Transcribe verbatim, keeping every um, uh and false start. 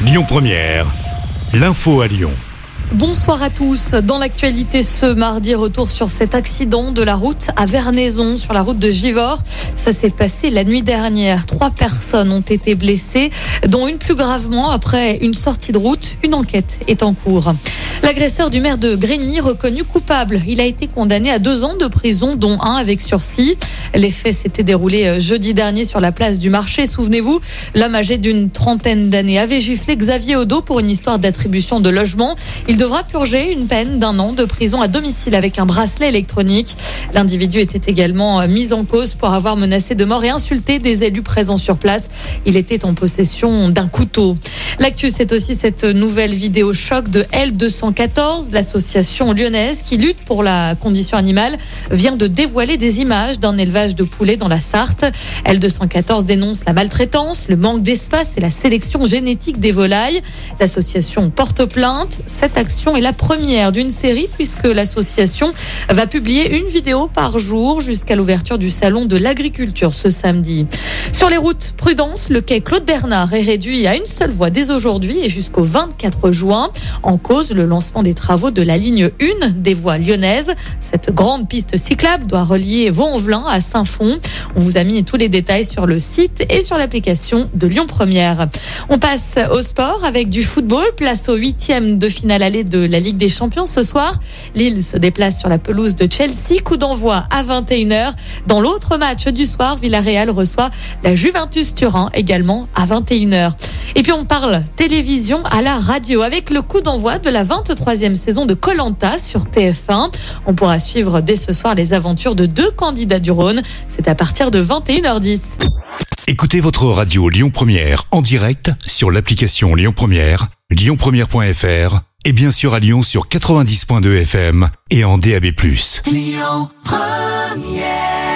Lyon Première, l'info à Lyon. Bonsoir à tous. Dans l'actualité ce mardi, retour sur cet accident de la route à Vernaison, sur la route de Givors. Ça s'est passé la nuit dernière. Trois personnes ont été blessées, dont une plus gravement après une sortie de route. Une enquête est en cours. L'agresseur du maire de Grigny, reconnu coupable. Il a été condamné à deux ans de prison, dont un avec sursis. Les faits s'étaient déroulés jeudi dernier sur la place du marché. Souvenez-vous, l'homme âgé d'une trentaine d'années avait giflé Xavier Odo pour une histoire d'attribution de logement. Il devra purger une peine d'un an de prison à domicile avec un bracelet électronique. L'individu était également mis en cause pour avoir menacé de mort et insulté des élus présents sur place. Il était en possession d'un couteau. L'actu, c'est aussi cette nouvelle vidéo choc de L deux cent quatorze. L'association lyonnaise qui lutte pour la condition animale vient de dévoiler des images d'un élevage de poulets dans la Sarthe. L deux cent quatorze dénonce la maltraitance, le manque d'espace et la sélection génétique des volailles. L'association porte plainte. Cette action est la première d'une série puisque l'association va publier une vidéo par jour jusqu'à l'ouverture du salon de l'agriculture ce samedi. Sur les routes, prudence, le quai Claude Bernard est réduit à une seule voie dès aujourd'hui et jusqu'au vingt-quatre juin. En cause, le lancement des travaux de la ligne un des voies lyonnaises. Cette grande piste cyclable doit relier Vaux-en-Velin à Saint-Fond. On vous a mis tous les détails sur le site et sur l'application de Lyon Première. On passe au sport avec du football. Place au huitième de finale aller de la Ligue des Champions ce soir. Lille se déplace sur la pelouse de Chelsea. Coup d'envoi à vingt et une heures. Dans l'autre match du soir, Villarreal reçoit la Juventus Turin également à vingt et une heures. Et puis on parle télévision à la radio avec le coup d'envoi de la vingt-troisième saison de Koh-Lanta sur T F un. On pourra suivre dès ce soir les aventures de deux candidats du Rhône. C'est à partir de vingt et une heures dix. Écoutez votre radio Lyon Première en direct sur l'application Lyon Première, lyon première point f r et bien sûr à Lyon sur quatre-vingt-dix point deux F M et en D A B plus. Lyon Première.